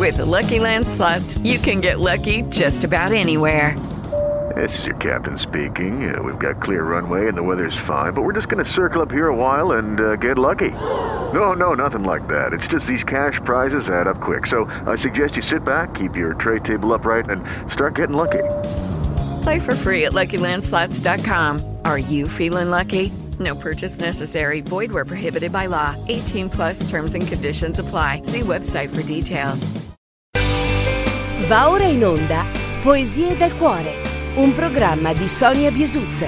With the Lucky Land Slots, you can get lucky just about anywhere. This is your captain speaking. We've got clear runway and the weather's fine, but we're just going to circle up here a while and get lucky. No, nothing like that. It's just these cash prizes add up quick. So I suggest you sit back, keep your tray table upright, and start getting lucky. Play for free at LuckyLandSlots.com. Are you feeling lucky? No purchase necessary. Void where prohibited by law. 18 plus terms and conditions apply. See website for details. Va ora in onda Poesie del Cuore, un programma di Sonia Biesuz.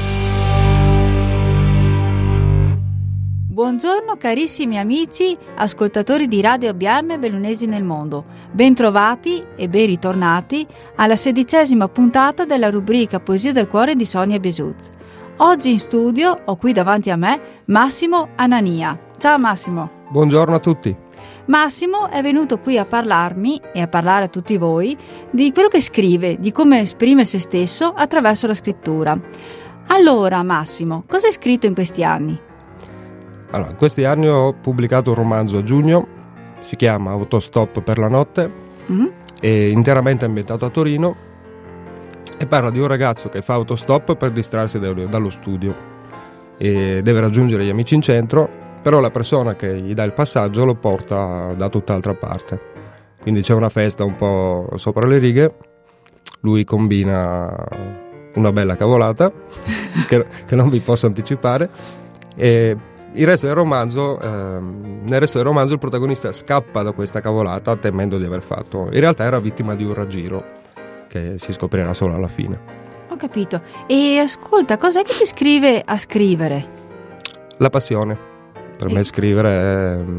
Buongiorno carissimi amici, ascoltatori di Radio ABM Bellunesi nel mondo. Bentrovati e ben ritornati alla 16ª puntata della rubrica Poesie del Cuore di Sonia Biesuz. Oggi in studio ho qui davanti a me Massimo Anania. Ciao Massimo. Buongiorno a tutti. Massimo è venuto qui a parlarmi e a parlare a tutti voi di quello che scrive, di come esprime se stesso attraverso la scrittura. Allora Massimo, cosa hai scritto in questi anni? Allora, in questi anni ho pubblicato un romanzo a giugno, si chiama Autostop per la notte, è interamente ambientato a Torino e parla di un ragazzo che fa autostop per distrarsi dallo studio e deve raggiungere gli amici in centro, però la persona che gli dà il passaggio lo porta da tutt'altra parte. Quindi c'è una festa un po' sopra le righe, lui combina una bella cavolata che non vi posso anticipare e nel resto del romanzo il protagonista scappa da questa cavolata temendo di aver fatto. In realtà era vittima di un raggiro che si scoprirà solo alla fine. Ho capito. E ascolta, cos'è che ti iscrive a scrivere? La passione. Per me scrivere è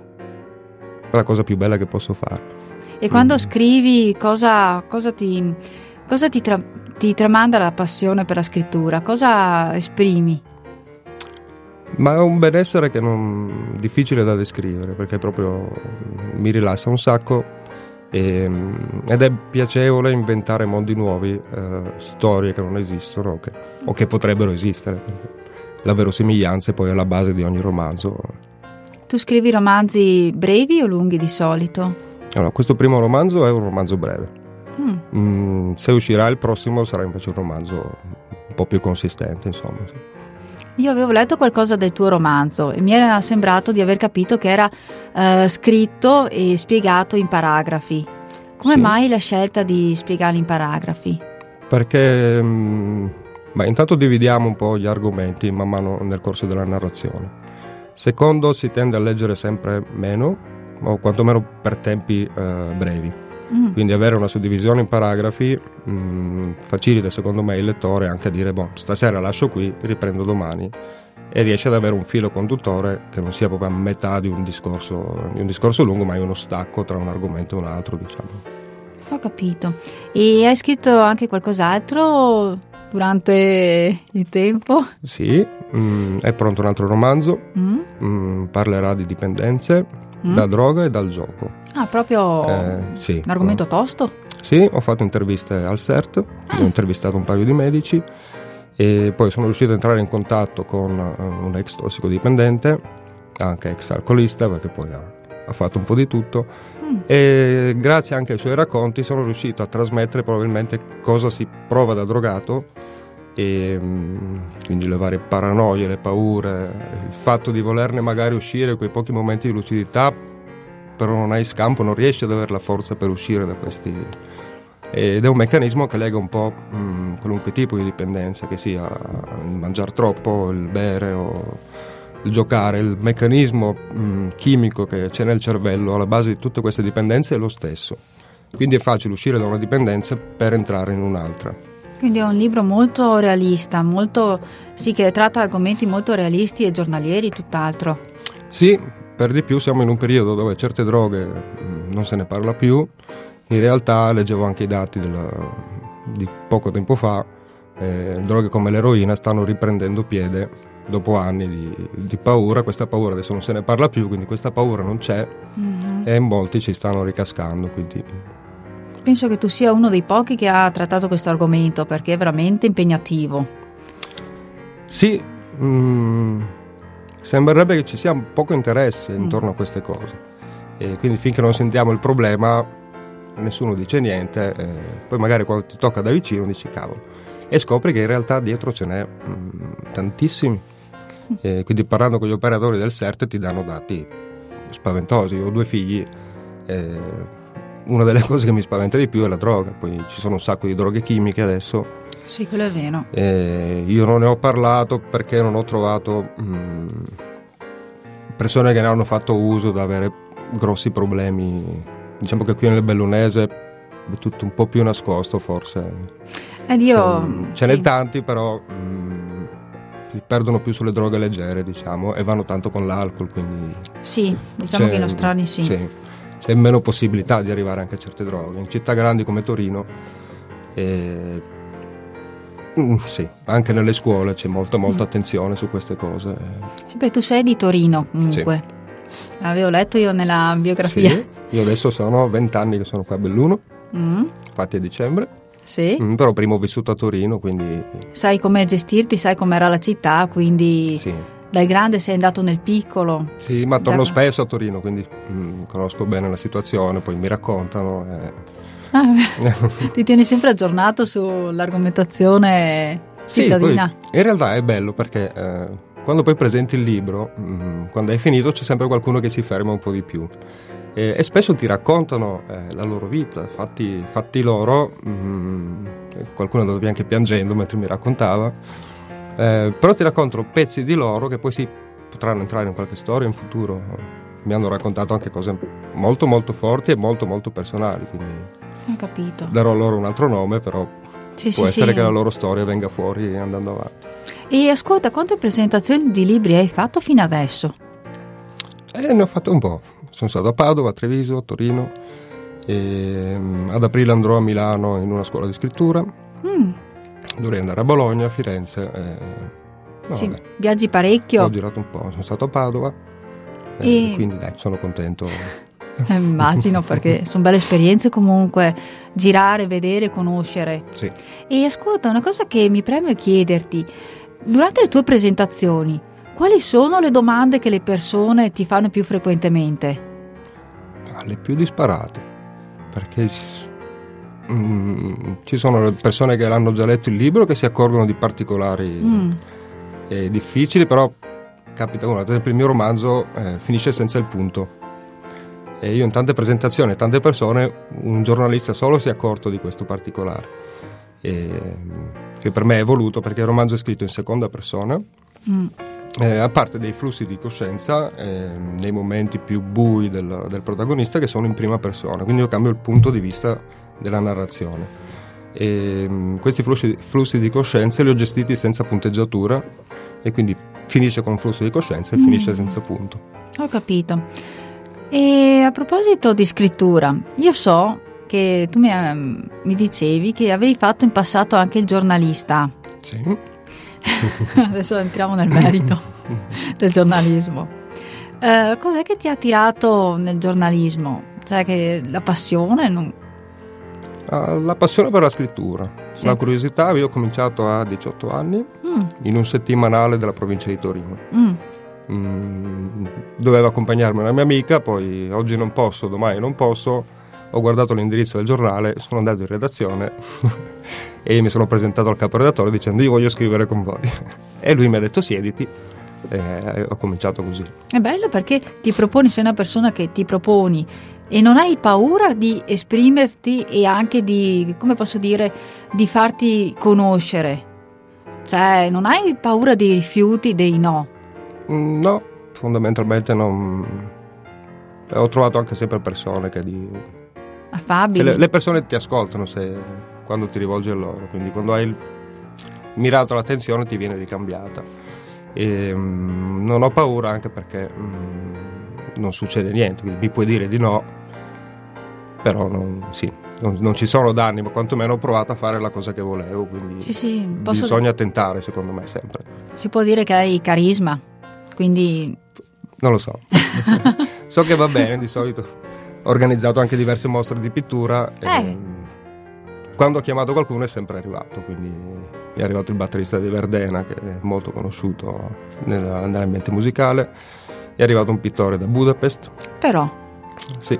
la cosa più bella che posso fare. E quando scrivi cosa ti tramanda la passione per la scrittura? Cosa esprimi? Ma è un benessere che non difficile da descrivere, perché proprio mi rilassa un sacco ed è piacevole inventare mondi nuovi, storie che non esistono o che potrebbero esistere. La verosimiglianza è poi alla base di ogni romanzo. Tu scrivi romanzi brevi o lunghi di solito? Allora, questo primo romanzo è un romanzo breve. Se uscirà il prossimo sarà invece un romanzo un po' più consistente, insomma. Sì. Io avevo letto qualcosa del tuo romanzo e mi era sembrato di aver capito che era scritto e spiegato in paragrafi. Come Sì. mai la scelta di spiegarli in paragrafi? Perché intanto dividiamo un po' gli argomenti man mano nel corso della narrazione. Secondo, si tende a leggere sempre meno, o quantomeno per tempi brevi. Quindi avere una suddivisione in paragrafi facilita secondo me il lettore anche a dire stasera lascio qui, riprendo domani, e riesce ad avere un filo conduttore che non sia proprio a metà di un discorso lungo, ma è uno stacco tra un argomento e un altro, diciamo. Ho capito. E hai scritto anche qualcos'altro durante il tempo? Sì, è pronto un altro romanzo, parlerà di dipendenze da droga e dal gioco. Ah, proprio sì, un argomento tosto? Sì, ho fatto interviste al CERT, ho intervistato un paio di medici e poi sono riuscito a entrare in contatto con un ex tossicodipendente, anche ex alcolista, perché poi ha fatto un po' di tutto e grazie anche ai suoi racconti sono riuscito a trasmettere probabilmente cosa si prova da drogato e quindi le varie paranoie, le paure, il fatto di volerne magari uscire, quei pochi momenti di lucidità, però non hai scampo, non riesci ad avere la forza per uscire da questi, ed è un meccanismo che lega un po' qualunque tipo di dipendenza, che sia il mangiare troppo, il bere o il giocare. Il meccanismo chimico che c'è nel cervello alla base di tutte queste dipendenze è lo stesso, quindi è facile uscire da una dipendenza per entrare in un'altra. Quindi è un libro molto realista, che tratta argomenti molto realisti e giornalieri, tutt'altro. Sì, per di più siamo in un periodo dove certe droghe non se ne parla più. In realtà leggevo anche i dati di poco tempo fa, droghe come l'eroina stanno riprendendo piede dopo anni di paura. Questa paura adesso non se ne parla più, quindi questa paura non c'è e molti ci stanno ricascando, quindi penso che tu sia uno dei pochi che ha trattato questo argomento, perché è veramente impegnativo. Sì, sembrerebbe che ci sia poco interesse intorno a queste cose. e quindi finché non sentiamo il problema nessuno dice niente, poi magari quando ti tocca da vicino dici cavolo, e scopri che in realtà dietro ce n'è tantissimi, quindi parlando con gli operatori del CERT ti danno dati spaventosi. Io ho 2 figli, una delle cose che mi spaventa di più è la droga, poi ci sono un sacco di droghe chimiche adesso. Sì, quello è vero. Io non ne ho parlato perché non ho trovato persone che ne hanno fatto uso da avere grossi problemi. Diciamo che qui nel Bellunese è tutto un po' più nascosto forse. Ce n'è tanti, però si perdono più sulle droghe leggere, diciamo, e vanno tanto con l'alcol, quindi sì, diciamo che i nostrani sì. C'è meno possibilità di arrivare anche a certe droghe. In città grandi come Torino sì, anche nelle scuole c'è molta attenzione su queste cose. Sì, beh, tu sei di Torino comunque. Sì. Avevo letto io nella biografia. Sì, io adesso sono 20 anni che sono qua a Belluno, infatti a dicembre. Sì. Però prima ho vissuto a Torino, quindi sai come gestirti, sai com'era la città, quindi sì. Dal grande sei andato nel piccolo. Sì, ma torno spesso a Torino, quindi conosco bene la situazione, poi mi raccontano. Ti tieni sempre aggiornato sull'argomentazione cittadina? Sì, poi, in realtà è bello perché quando poi presenti il libro, quando hai finito c'è sempre qualcuno che si ferma un po' di più e spesso ti raccontano la loro vita, fatti loro. Qualcuno è andato via anche piangendo mentre mi raccontava, però ti raccontano pezzi di loro che poi potranno entrare in qualche storia in futuro. Mi hanno raccontato anche cose molto molto forti e molto molto personali, quindi ho capito. Darò loro un altro nome, però può essere che la loro storia venga fuori andando avanti. E ascolta, quante presentazioni di libri hai fatto fino adesso? Ne ho fatte un po'. Sono stato a Padova, a Treviso, a Torino, e ad aprile andrò a Milano in una scuola di scrittura. Dovrei andare a Bologna, a Firenze. Sì, viaggi parecchio. Ho girato un po', sono stato a Padova, quindi dai, sono contento. Immagino, perché sono belle esperienze comunque, girare, vedere, conoscere. Sì. E ascolta, una cosa che mi preme chiederti: durante le tue presentazioni, quali sono le domande che le persone ti fanno più frequentemente? Le più disparate, perché ci sono le persone che hanno già letto il libro che si accorgono di particolari difficili, però capita ad esempio il mio romanzo finisce senza il punto. E io in tante presentazioni, tante persone, un giornalista solo si è accorto di questo particolare, che per me è voluto perché il romanzo è scritto in seconda persona, a parte dei flussi di coscienza nei momenti più bui del protagonista che sono in prima persona, quindi io cambio il punto di vista della narrazione. Questi flussi di coscienza li ho gestiti senza punteggiatura e quindi finisce con un flusso di coscienza e finisce senza punto. Ho capito. E a proposito di scrittura, io so che tu mi dicevi che avevi fatto in passato anche il giornalista. Sì. Adesso entriamo nel merito del giornalismo. Cos'è che ti ha attirato nel giornalismo? Cioè, che la passione? La passione per la scrittura, sì. La curiosità. Io ho cominciato a 18 anni in un settimanale della provincia di Torino. Doveva accompagnarmi una mia amica, poi oggi non posso, domani non posso, ho guardato l'indirizzo del giornale, sono andato in redazione e mi sono presentato al caporedattore dicendo io voglio scrivere con voi e lui mi ha detto siediti e ho cominciato così. È bello perché ti proponi, sei una persona che ti proponi e non hai paura di esprimerti e anche di, come posso dire, di farti conoscere, cioè non hai paura dei rifiuti, dei no. No, fondamentalmente non. Ho trovato anche sempre persone affabili. Le persone ti ascoltano quando ti rivolgi a loro, quindi quando hai mirato l'attenzione ti viene ricambiata. E non ho paura anche perché non succede niente, quindi mi puoi dire di no, però non ci sono danni, ma quantomeno ho provato a fare la cosa che volevo, quindi bisogna tentare, secondo me, sempre. Si può dire che hai carisma, quindi non lo so. So che va bene, di solito ho organizzato anche diverse mostre di pittura e quando ho chiamato qualcuno è sempre arrivato, quindi è arrivato il batterista di Verdena che è molto conosciuto nell'ambiente musicale, è arrivato un pittore da Budapest, però Sì.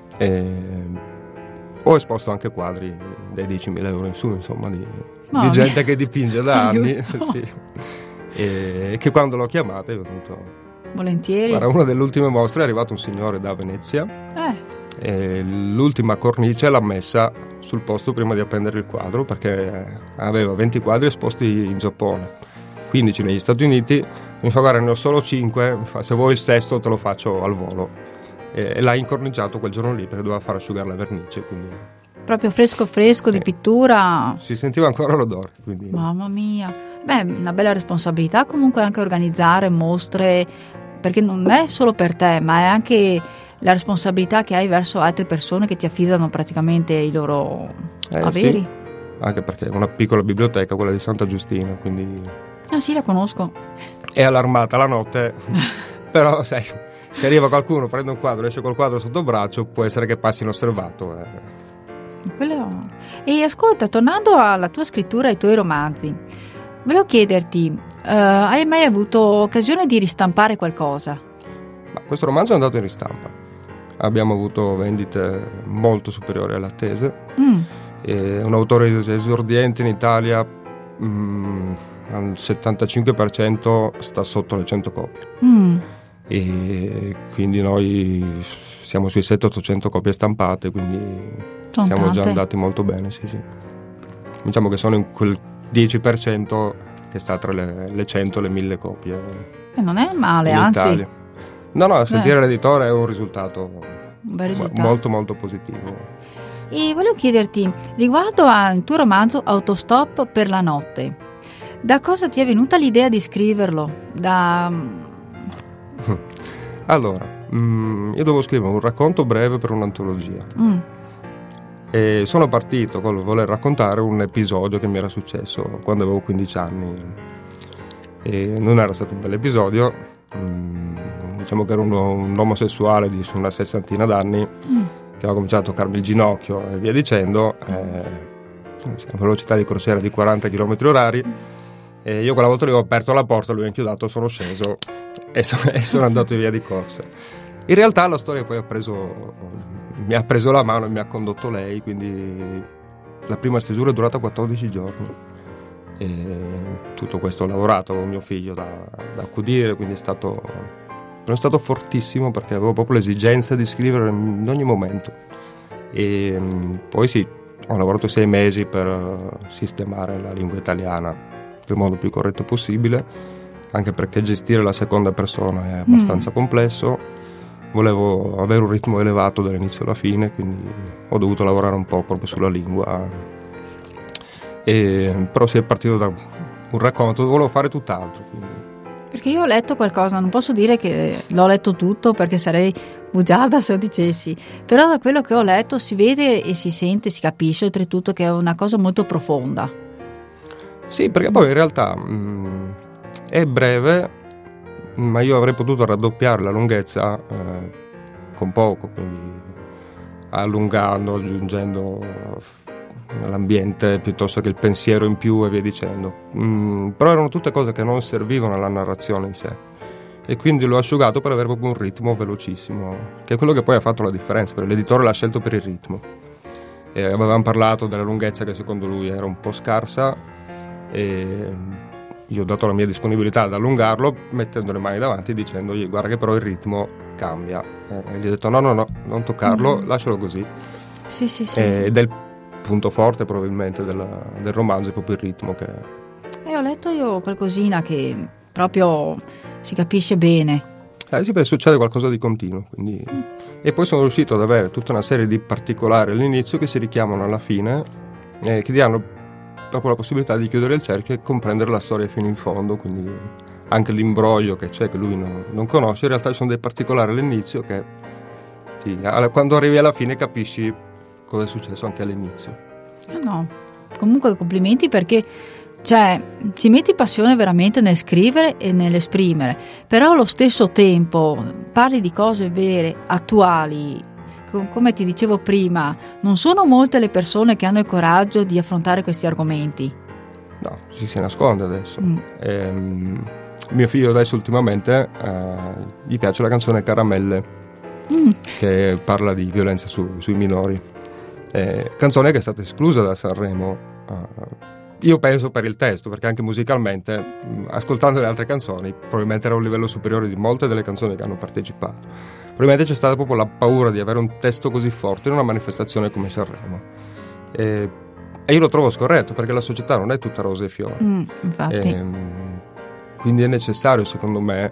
Ho esposto anche quadri dai 10.000 euro in su, insomma, di gente che dipinge da anni. Sì. E che quando l'ho chiamata è venuto volentieri. Guarda, una delle ultime mostre è arrivato un signore da Venezia e l'ultima cornice l'ha messa sul posto prima di appendere il quadro, perché aveva 20 quadri esposti in Giappone, 15 negli Stati Uniti. Mi fa: guarda, ne ho solo 5, mi fa, se vuoi il sesto te lo faccio al volo. E l'ha incorniciato quel giorno lì perché doveva far asciugare la vernice, quindi proprio fresco di pittura. Si sentiva ancora l'odore, quindi... Mamma mia. Beh, una bella responsabilità comunque anche organizzare mostre, perché non è solo per te, ma è anche la responsabilità che hai verso altre persone che ti affidano praticamente i loro averi. Sì. Anche perché è una piccola biblioteca, quella di Santa Giustina, quindi... Ah sì, la conosco. È allarmata la notte, però sai, se arriva qualcuno, prende un quadro, esce col quadro sotto braccio, può essere che passi inosservato. E ascolta, tornando alla tua scrittura e ai tuoi romanzi, volevo chiederti, hai mai avuto occasione di ristampare qualcosa? Ma questo romanzo è andato in ristampa. Abbiamo avuto vendite molto superiori alle attese. È un autore esordiente in Italia, al 75% sta sotto le 100 copie. E quindi noi siamo sui 700-800 copie stampate, quindi siamo già andati molto bene. Sì. Diciamo che sono in quel 10% che sta tra le 100 e le 1000 copie. Non è male, anzi. Italia. No, sentire l'editore è un risultato, molto molto positivo. E volevo chiederti, riguardo al tuo romanzo Autostop per la notte, da cosa ti è venuta l'idea di scriverlo? Allora, io dovevo scrivere un racconto breve per un'antologia. E sono partito con voler raccontare un episodio che mi era successo quando avevo 15 anni. E non era stato un bel episodio. Diciamo che ero un omosessuale di una 60 d'anni che aveva cominciato a toccarmi il ginocchio e via dicendo, a velocità di crociera di 40 km/h. E io quella volta gli ho aperto la porta, lui ha inchiodato, sono sceso e sono andato via di corsa. In realtà la storia poi mi ha preso la mano e mi ha condotto lei, quindi la prima stesura è durata 14 giorni. E tutto questo ho lavorato, avevo mio figlio da accudire, quindi sono stato fortissimo perché avevo proprio l'esigenza di scrivere in ogni momento. E poi sì, ho lavorato 6 mesi per sistemare la lingua italiana nel modo più corretto possibile, anche perché gestire la seconda persona è abbastanza complesso. Volevo avere un ritmo elevato dall'inizio alla fine, quindi ho dovuto lavorare un po' proprio sulla lingua. Però si è partito da un racconto, volevo fare tutt'altro. Quindi. Perché io ho letto qualcosa, non posso dire che l'ho letto tutto perché sarei bugiarda se lo dicessi, però da quello che ho letto si vede e si sente, si capisce oltretutto che è una cosa molto profonda. Sì, perché poi in realtà è breve, ma io avrei potuto raddoppiare la lunghezza con poco, quindi allungando, aggiungendo l'ambiente piuttosto che il pensiero in più e via dicendo. Però erano tutte cose che non servivano alla narrazione in sé, e quindi l'ho asciugato per avere proprio un ritmo velocissimo, che è quello che poi ha fatto la differenza, perché l'editore l'ha scelto per il ritmo. E avevamo parlato della lunghezza che secondo lui era un po' scarsa, e io ho dato la mia disponibilità ad allungarlo mettendo le mani davanti e dicendogli: guarda che però il ritmo cambia, e gli ho detto no, non toccarlo, lascialo così. Sì. Ed è il punto forte probabilmente del romanzo, è proprio il ritmo che... ho letto io qualcosina che proprio si capisce bene. Sì, perché succede qualcosa di continuo, quindi... E poi sono riuscito ad avere tutta una serie di particolari all'inizio che si richiamano alla fine, che ti danno proprio la possibilità di chiudere il cerchio e comprendere la storia fino in fondo, quindi anche l'imbroglio che c'è, che lui non conosce, in realtà ci sono dei particolari all'inizio che quando arrivi alla fine capisci cosa è successo anche all'inizio. No, comunque complimenti, perché ci metti passione veramente nel scrivere e nell'esprimere, però allo stesso tempo parli di cose vere, attuali. Come ti dicevo prima, non sono molte le persone che hanno il coraggio di affrontare questi argomenti. No, ci si nasconde adesso. Mio figlio adesso ultimamente gli piace la canzone Caramelle, che parla di violenza sui minori. Canzone che è stata esclusa da Sanremo, io penso per il testo, perché anche musicalmente, ascoltando le altre canzoni, probabilmente era a un livello superiore di molte delle canzoni che hanno partecipato. Probabilmente c'è stata proprio la paura di avere un testo così forte in una manifestazione come Sanremo. E io lo trovo scorretto, perché la società non è tutta rose e fiori. Infatti. Quindi è necessario, secondo me,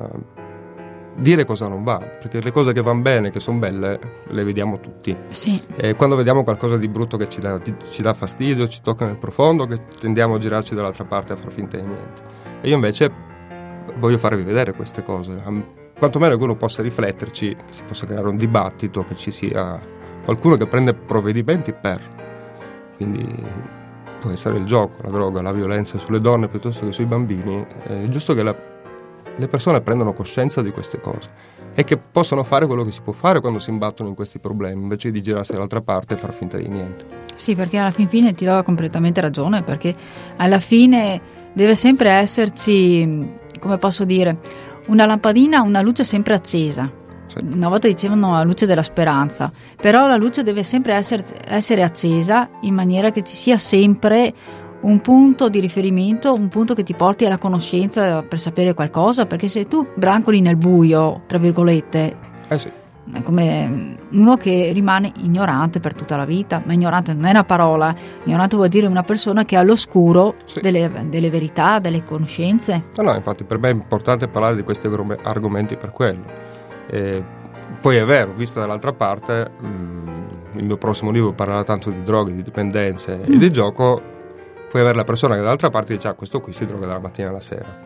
dire cosa non va, perché le cose che vanno bene, che sono belle, le vediamo tutti. Sì. E quando vediamo qualcosa di brutto che ci dà fastidio, ci tocca nel profondo, che tendiamo a girarci dall'altra parte a far finta di niente. E io invece voglio farvi vedere queste cose, quantomeno che uno possa rifletterci, che si possa creare un dibattito, che ci sia qualcuno che prende provvedimenti quindi può essere il gioco, la droga, la violenza sulle donne piuttosto che sui bambini. È giusto che le persone prendano coscienza di queste cose e che possono fare quello che si può fare quando si imbattono in questi problemi, invece di girarsi dall'altra parte e far finta di niente. Sì, perché alla fine ti do completamente ragione, perché alla fine deve sempre esserci, come posso dire, una lampadina, una luce sempre accesa. Sì. Una volta dicevano la luce della speranza, però la luce deve sempre essere accesa in maniera che ci sia sempre un punto di riferimento, un punto che ti porti alla conoscenza per sapere qualcosa, perché se tu brancoli nel buio, tra virgolette, sì, è come uno che rimane ignorante per tutta la vita. Ma ignorante non è una parola, ignorante vuol dire una persona che è all'oscuro delle verità, delle conoscenze. No, infatti per me è importante parlare di questi argomenti per quello. Poi è vero, vista dall'altra parte, il mio prossimo libro parlerà tanto di droghe, di dipendenze e di gioco. Puoi avere la persona che dall'altra parte dice questo qui si droga dalla mattina alla sera,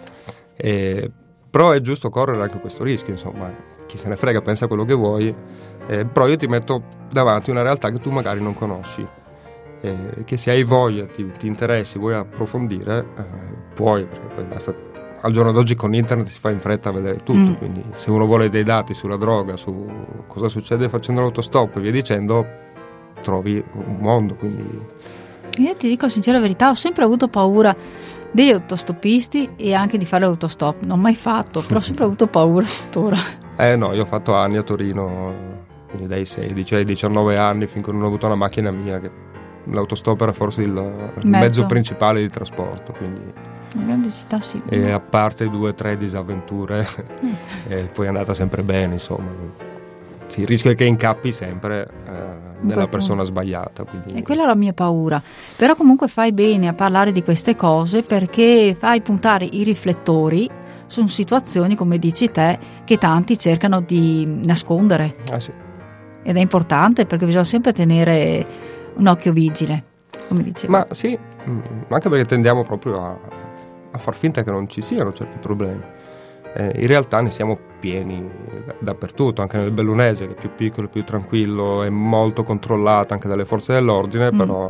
però è giusto correre anche questo rischio, insomma, chi se ne frega, pensa quello che vuoi, però io ti metto davanti una realtà che tu magari non conosci, che se hai voglia, ti interessi, vuoi approfondire, puoi, perché poi basta. Al giorno d'oggi con internet si fa in fretta a vedere tutto, quindi se uno vuole dei dati sulla droga, su cosa succede facendo l'autostop e via dicendo, trovi un mondo. Quindi io ti dico la sincera verità, ho sempre avuto paura degli autostoppisti e anche di fare l'autostop. Non ho mai fatto, però ho sempre avuto paura tuttora. No, io ho fatto anni a Torino, quindi dai 16 ai 19 anni, finché non ho avuto una macchina mia, che l'autostop era forse il mezzo principale di trasporto, quindi in grande città sì. E a parte 2 o 3 disavventure, poi è andata sempre bene, insomma. Sì, il rischio è che incappi sempre nella persona sbagliata. Quindi. E quella è la mia paura. Però comunque fai bene a parlare di queste cose, perché fai puntare i riflettori su situazioni, come dici te, che tanti cercano di nascondere. Sì. Ed è importante, perché bisogna sempre tenere un occhio vigile, come dicevo. Ma sì, anche perché tendiamo proprio a far finta che non ci siano certi problemi. In realtà ne siamo pieni dappertutto, anche nel Bellunese, che è più piccolo, più tranquillo, è molto controllato anche dalle forze dell'ordine, però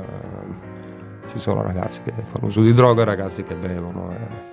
ci sono ragazzi che fanno uso di droga e ragazzi che bevono.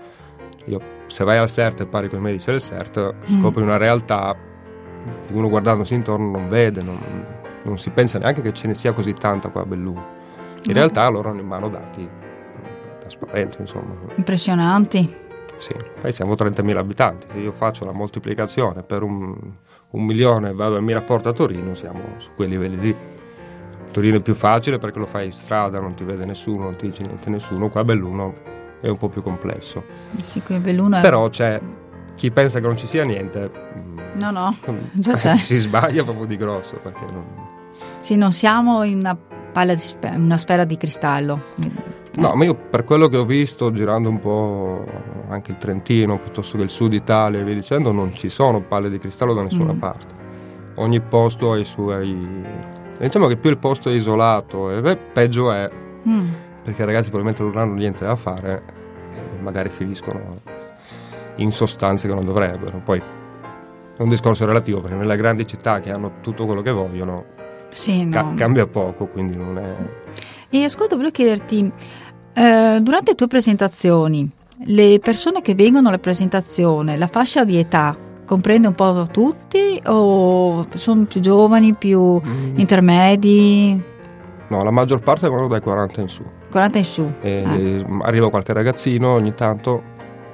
Se vai al CERT e parli con i medici del CERT, scopri una realtà che uno guardandosi intorno non vede, non si pensa neanche che ce ne sia così tanta qua a Belluno. In realtà loro hanno in mano dati da spavento, insomma. Impressionanti. Sì, poi siamo 30.000 abitanti, se io faccio la moltiplicazione per un milione e vado e mi rapporto a Torino, siamo su quei livelli lì. Torino è più facile perché lo fai in strada, non ti vede nessuno, non ti dice niente nessuno. Qua a Belluno è un po' più complesso. Sì, qui a Belluno però c'è chi pensa che non ci sia niente. No, già c'è. Si sbaglia proprio di grosso, perché Sì, non siamo in una sfera di cristallo. No, ma io per quello che ho visto girando un po' anche il Trentino piuttosto che il sud Italia e via dicendo, non ci sono palle di cristallo da nessuna parte. Ogni posto ha i suoi. Diciamo che più il posto è isolato peggio è, perché i ragazzi probabilmente non hanno niente da fare e magari finiscono in sostanze che non dovrebbero. Poi è un discorso relativo, perché nelle grandi città che hanno tutto quello che vogliono cambia poco, quindi non è. E ascolta, volevo chiederti, durante le tue presentazioni, le persone che vengono alle presentazioni, la fascia di età comprende un po' tutti o sono più giovani, più intermedi? No, la maggior parte vengono dai 40 in su. 40 in su. Arriva qualche ragazzino ogni tanto,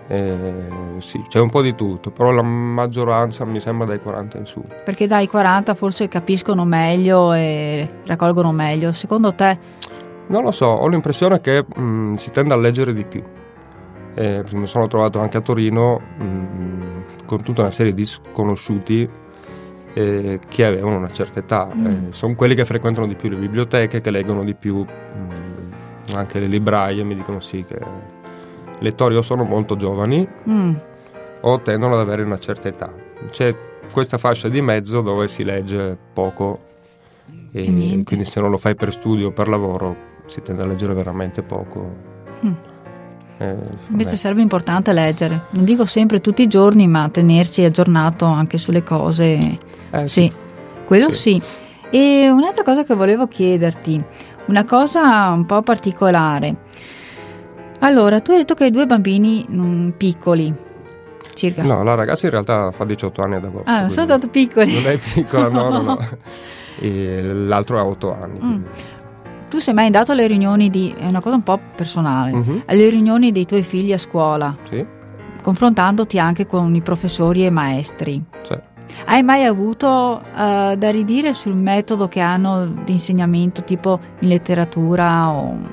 Sì, c'è un po' di tutto, però la maggioranza mi sembra dai 40 in su. Perché dai 40 forse capiscono meglio e raccolgono meglio. Secondo te? Non lo so, ho l'impressione che si tende a leggere di più. Mi sono trovato anche a Torino con tutta una serie di sconosciuti che avevano una certa età. Sono quelli che frequentano di più le biblioteche, che leggono di più anche le libraie, mi dicono sì che lettori o sono molto giovani o tendono ad avere una certa età. C'è questa fascia di mezzo dove si legge poco e quindi se non lo fai per studio o per lavoro si tende a leggere veramente poco. Invece sarebbe importante leggere, non dico sempre tutti i giorni, ma tenersi aggiornato anche sulle cose. Sì, quello sì. E un'altra cosa che volevo chiederti, una cosa un po' particolare. Allora, tu hai detto che hai 2 bambini piccoli, circa. No, la ragazza in realtà fa 18 anni ad agosto. Ah, sono tanto piccoli. Non è piccola, no. E l'altro ha 8 anni. Tu sei mai andato alle riunioni è una cosa un po' personale, alle riunioni dei tuoi figli a scuola? Sì. Confrontandoti anche con i professori e maestri. Sì. Hai mai avuto da ridire sul metodo che hanno di insegnamento, tipo in letteratura o...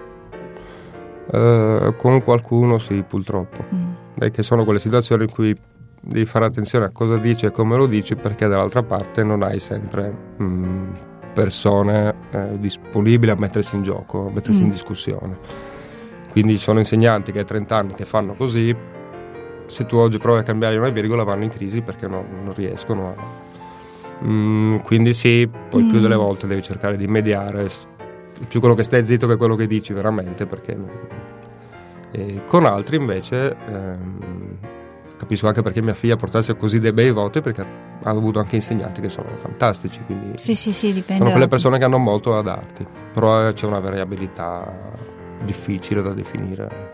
Con qualcuno sì, purtroppo. Perché sono quelle situazioni in cui devi fare attenzione a cosa dici e come lo dici, perché dall'altra parte non hai sempre persone disponibili a mettersi in gioco, a mettersi in discussione. Quindi ci sono insegnanti che a 30 anni che fanno così, se tu oggi provi a cambiare una virgola vanno in crisi perché non riescono a... quindi sì, poi più delle volte devi cercare di mediare, più quello che stai zitto che quello che dici veramente, perché con altri invece capisco anche perché mia figlia portasse così dei bei voti, perché ha avuto anche insegnanti che sono fantastici, quindi sì, dipende. Sono quelle persone che hanno molto da darti, però c'è una variabilità difficile da definire.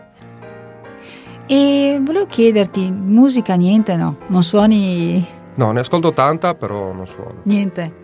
E volevo chiederti, musica niente, no? Non suoni? No, ne ascolto tanta, però non suono. Niente.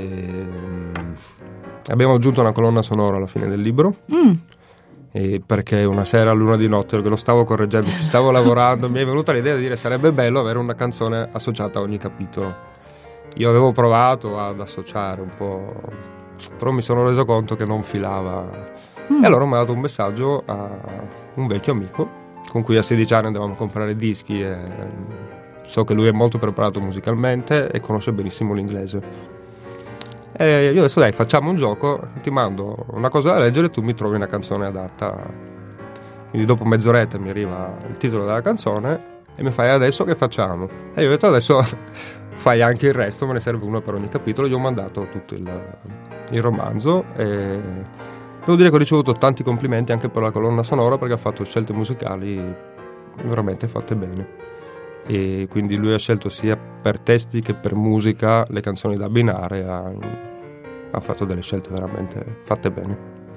Abbiamo aggiunto una colonna sonora alla fine del libro, perché una sera all'una di notte che lo stavo correggendo, ci stavo lavorando, mi è venuta l'idea di dire sarebbe bello avere una canzone associata a ogni capitolo. Io avevo provato ad associare un po', però mi sono reso conto che non filava. E allora mi ha dato un messaggio a un vecchio amico con cui a 16 anni andavamo a comprare dischi e so che lui è molto preparato musicalmente e conosce benissimo l'inglese. E io adesso dai, facciamo un gioco, ti mando una cosa da leggere e tu mi trovi una canzone adatta. Quindi dopo mezz'oretta mi arriva il titolo della canzone e mi fai adesso che facciamo? E io ho detto adesso fai anche il resto, me ne serve uno per ogni capitolo. Gli ho mandato tutto il romanzo e devo dire che ho ricevuto tanti complimenti anche per la colonna sonora, perché ha fatto scelte musicali veramente fatte bene. E quindi lui ha scelto sia per testi che per musica le canzoni da abbinare, ha fatto delle scelte veramente fatte bene.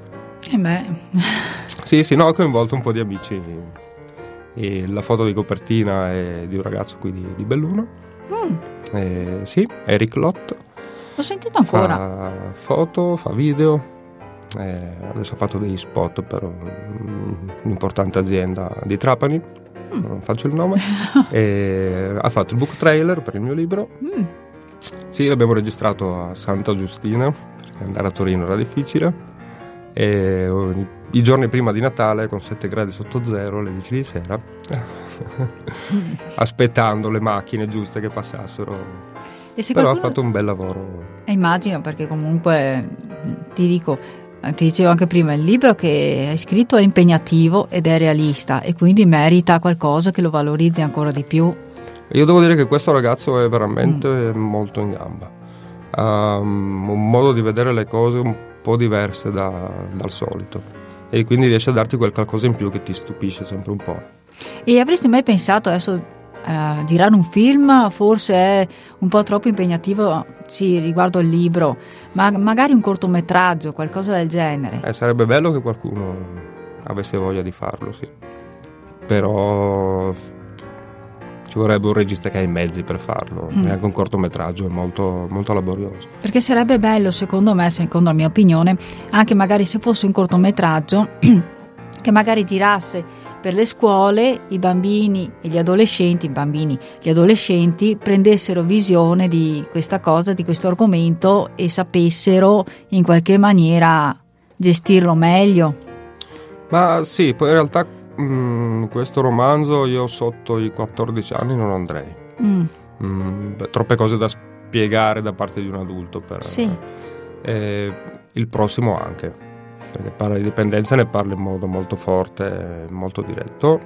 Sì, no, ho coinvolto un po' di amici e la foto di copertina è di un ragazzo qui di Belluno. Sì, Eric Lott. L'ho sentito ancora. Fa foto, fa video, adesso ha fatto degli spot per un'importante azienda di Trapani. Non faccio il nome. Ha fatto il book trailer per il mio libro. Sì, l'abbiamo registrato a Santa Giustina perché andare a Torino era difficile, e i giorni prima di Natale con 7 gradi sotto zero alle 10 di sera aspettando le macchine giuste che passassero. Però ha fatto un bel lavoro. Immagino, perché comunque ti dicevo anche prima, il libro che hai scritto è impegnativo ed è realista e quindi merita qualcosa che lo valorizzi ancora di più. Io devo dire che questo ragazzo è veramente molto in gamba, ha un modo di vedere le cose un po' diverse dal solito e quindi riesce a darti quel qualcosa in più che ti stupisce sempre un po'. E avresti mai pensato adesso girare un film? Forse è un po' troppo impegnativo, sì, riguardo il libro, ma magari un cortometraggio, qualcosa del genere. Sarebbe bello che qualcuno avesse voglia di farlo, sì, però ci vorrebbe un regista che ha i mezzi per farlo, e anche un cortometraggio è molto, molto laborioso. Perché sarebbe bello, secondo me, secondo la mia opinione, anche magari se fosse un cortometraggio che magari girasse per le scuole i bambini e gli adolescenti, prendessero visione di questa cosa, di questo argomento, e sapessero in qualche maniera gestirlo meglio. Ma sì, poi in realtà questo romanzo io sotto i 14 anni non andrei. Troppe cose da spiegare da parte di un adulto per il prossimo anche, perché parla di dipendenza, ne parla in modo molto forte, molto diretto.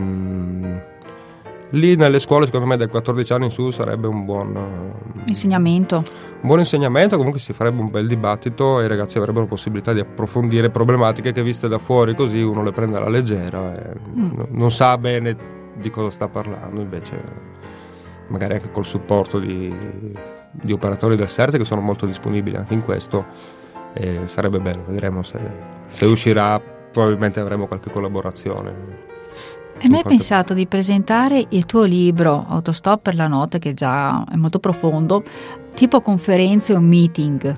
Lì nelle scuole secondo me dai 14 anni in su sarebbe un buon insegnamento, comunque si farebbe un bel dibattito e i ragazzi avrebbero possibilità di approfondire problematiche che viste da fuori così uno le prende alla leggera e non sa bene di cosa sta parlando, invece magari anche col supporto di operatori del SERT che sono molto disponibili anche in questo, sarebbe bello, vedremo se uscirà, probabilmente avremo qualche collaborazione. Hai mai pensato di presentare il tuo libro Autostop per la notte, che già è molto profondo, tipo conferenze o meeting?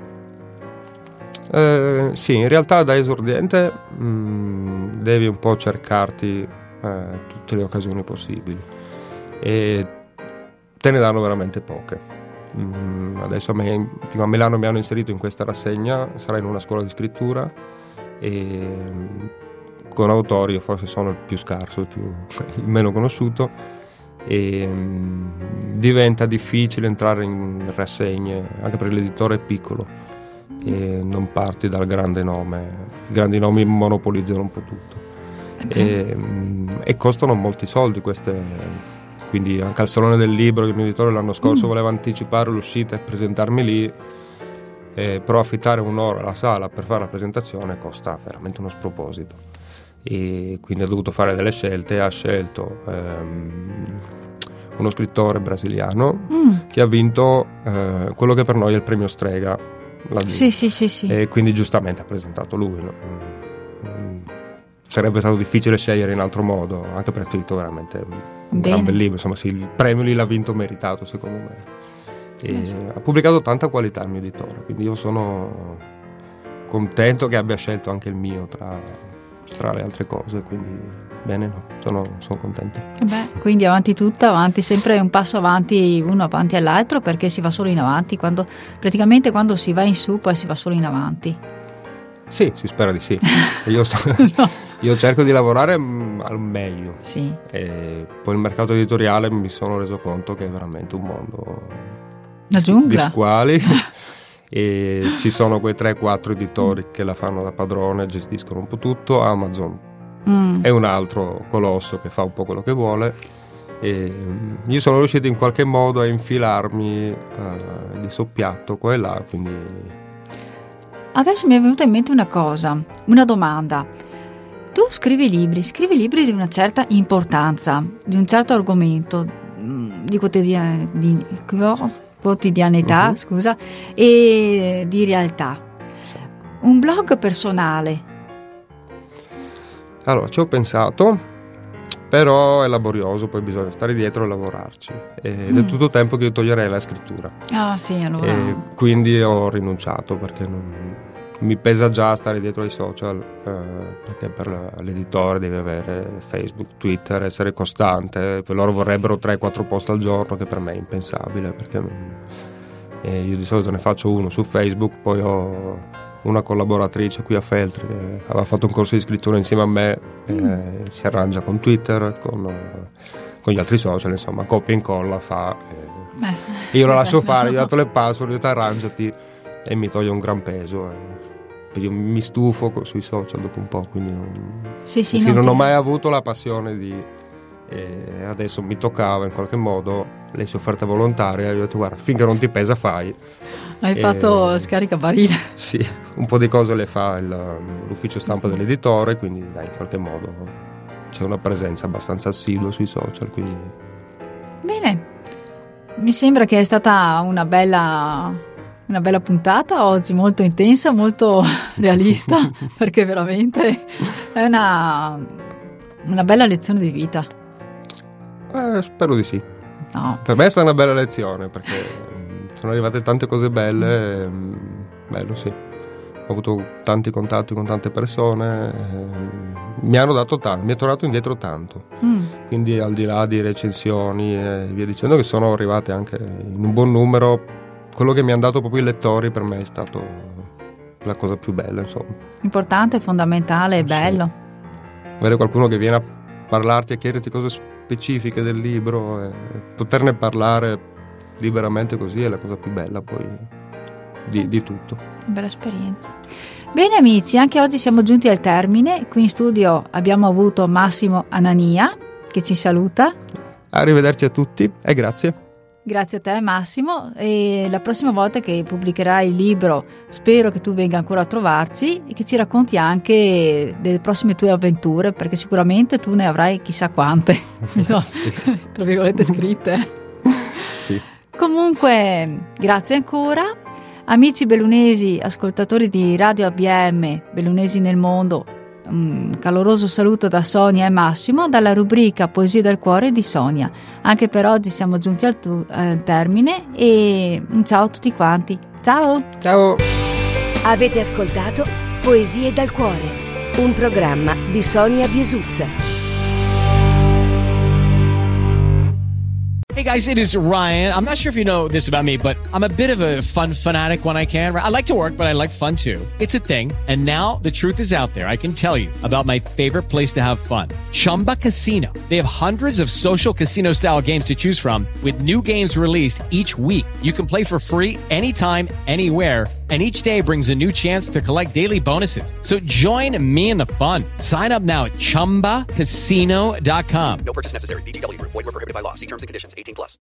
Sì, in realtà da esordiente devi un po' cercarti tutte le occasioni possibili e te ne danno veramente poche. Adesso a Milano mi hanno inserito in questa rassegna, sarà in una scuola di scrittura e con autori io forse sono il più scarso, il meno conosciuto, e diventa difficile entrare in rassegne anche perché l'editore è piccolo e non parti dal grande nome, i grandi nomi monopolizzano un po' tutto e costano molti soldi queste, quindi anche al Salone del Libro il mio editore l'anno scorso voleva anticipare l'uscita e presentarmi lì, però affittare un'ora alla sala per fare la presentazione costa veramente uno sproposito. E quindi ha dovuto fare delle scelte, ha scelto uno scrittore brasiliano che ha vinto quello che per noi è il premio Strega, sì. E quindi giustamente ha presentato lui, no? Sarebbe stato difficile scegliere in altro modo, anche perché ha scritto veramente un gran bel libro, insomma sì, il premio lì l'ha vinto meritato secondo me, e ha pubblicato tanta qualità il mio editore, quindi io sono contento che abbia scelto anche il mio tra le altre cose, quindi bene, no? Sono contento. Quindi avanti sempre un passo avanti, uno avanti all'altro, perché si va solo in avanti, quando si va in su poi si va solo in avanti. Sì, si spera di sì. Io cerco di lavorare al meglio, sì. E poi il mercato editoriale mi sono reso conto che è veramente un mondo, la giungla di squali e ci sono quei 3-4 editori che la fanno da padrone, gestiscono un po' tutto. Amazon è un altro colosso che fa un po' quello che vuole, e io sono riuscito in qualche modo a infilarmi di soppiatto qua e là, quindi adesso mi è venuta in mente una domanda. Tu scrivi libri di una certa importanza, di un certo argomento, di quotidianità, scusa, e di realtà. sì. Un blog personale. Allora, ci ho pensato, però è laborioso, poi bisogna stare dietro e lavorarci, ed è tutto tempo che io toglierei la scrittura. Ah sì, allora. E quindi ho rinunciato perché mi pesa già stare dietro ai social, perché per l'editore devi avere Facebook, Twitter, essere costante. Per loro vorrebbero 3-4 post al giorno, che per me è impensabile, perché io di solito ne faccio uno su Facebook. Poi ho una collaboratrice qui a Feltri che aveva fatto un corso di scrittura insieme a me, si arrangia con Twitter, con gli altri social, insomma, copia e incolla fa. Io lo lascio fare, gli ho dato le password, gli ho detto arrangiati, e mi toglie un gran peso. Io mi stufo sui social dopo un po', quindi non ho mai avuto la passione adesso mi toccava in qualche modo, lei si è offerta volontaria, io ho detto guarda, finché non ti pesa fai. Hai fatto scaricabarile. Sì, un po' di cose le fa l'ufficio stampa dell'editore, quindi in qualche modo c'è una presenza abbastanza assidua sui social, quindi. Bene, mi sembra che è stata una bella puntata oggi, molto intensa, molto realista, perché veramente è una bella lezione di vita. Spero di sì. No. Per me è stata una bella lezione, perché sono arrivate tante cose belle, bello sì. ho avuto tanti contatti con tante persone, mi hanno dato tanto, mi è tornato indietro tanto. Quindi al di là di recensioni e via dicendo, che sono arrivate anche in un buon numero, quello che mi hanno dato proprio i lettori per me è stato la cosa più bella, insomma. Importante, fondamentale, è bello. Avere qualcuno che viene a parlarti e chiederti cose specifiche del libro e poterne parlare liberamente così è la cosa più bella poi di tutto. Bella esperienza. Bene amici, anche oggi siamo giunti al termine. Qui in studio abbiamo avuto Massimo Anania che ci saluta. Arrivederci a tutti e grazie. Grazie a te Massimo, e la prossima volta che pubblicherai il libro spero che tu venga ancora a trovarci e che ci racconti anche delle prossime tue avventure, perché sicuramente tu ne avrai chissà quante, no? Tra virgolette scritte. Sì. Comunque grazie ancora. Amici bellunesi, ascoltatori di Radio ABM, Bellunesi nel Mondo, un caloroso saluto da Sonia e Massimo dalla rubrica Poesie del cuore di Sonia. Anche per oggi siamo giunti al termine e un ciao a tutti quanti. Ciao! Ciao! Avete ascoltato Poesie dal cuore, un programma di Sonia Biesuzza. Hey guys, it is Ryan. I'm not sure if you know this about me, but I'm a bit of a fun fanatic when I can. I like to work, but I like fun too. It's a thing. And now the truth is out there. I can tell you about my favorite place to have fun. Chumba Casino. They have hundreds of social casino style games to choose from with new games released each week. You can play for free anytime, anywhere. And each day brings a new chance to collect daily bonuses. So join me in the fun. Sign up now at ChumbaCasino.com. No purchase necessary. VGW Group. Void where prohibited by law. See terms and conditions. 18+.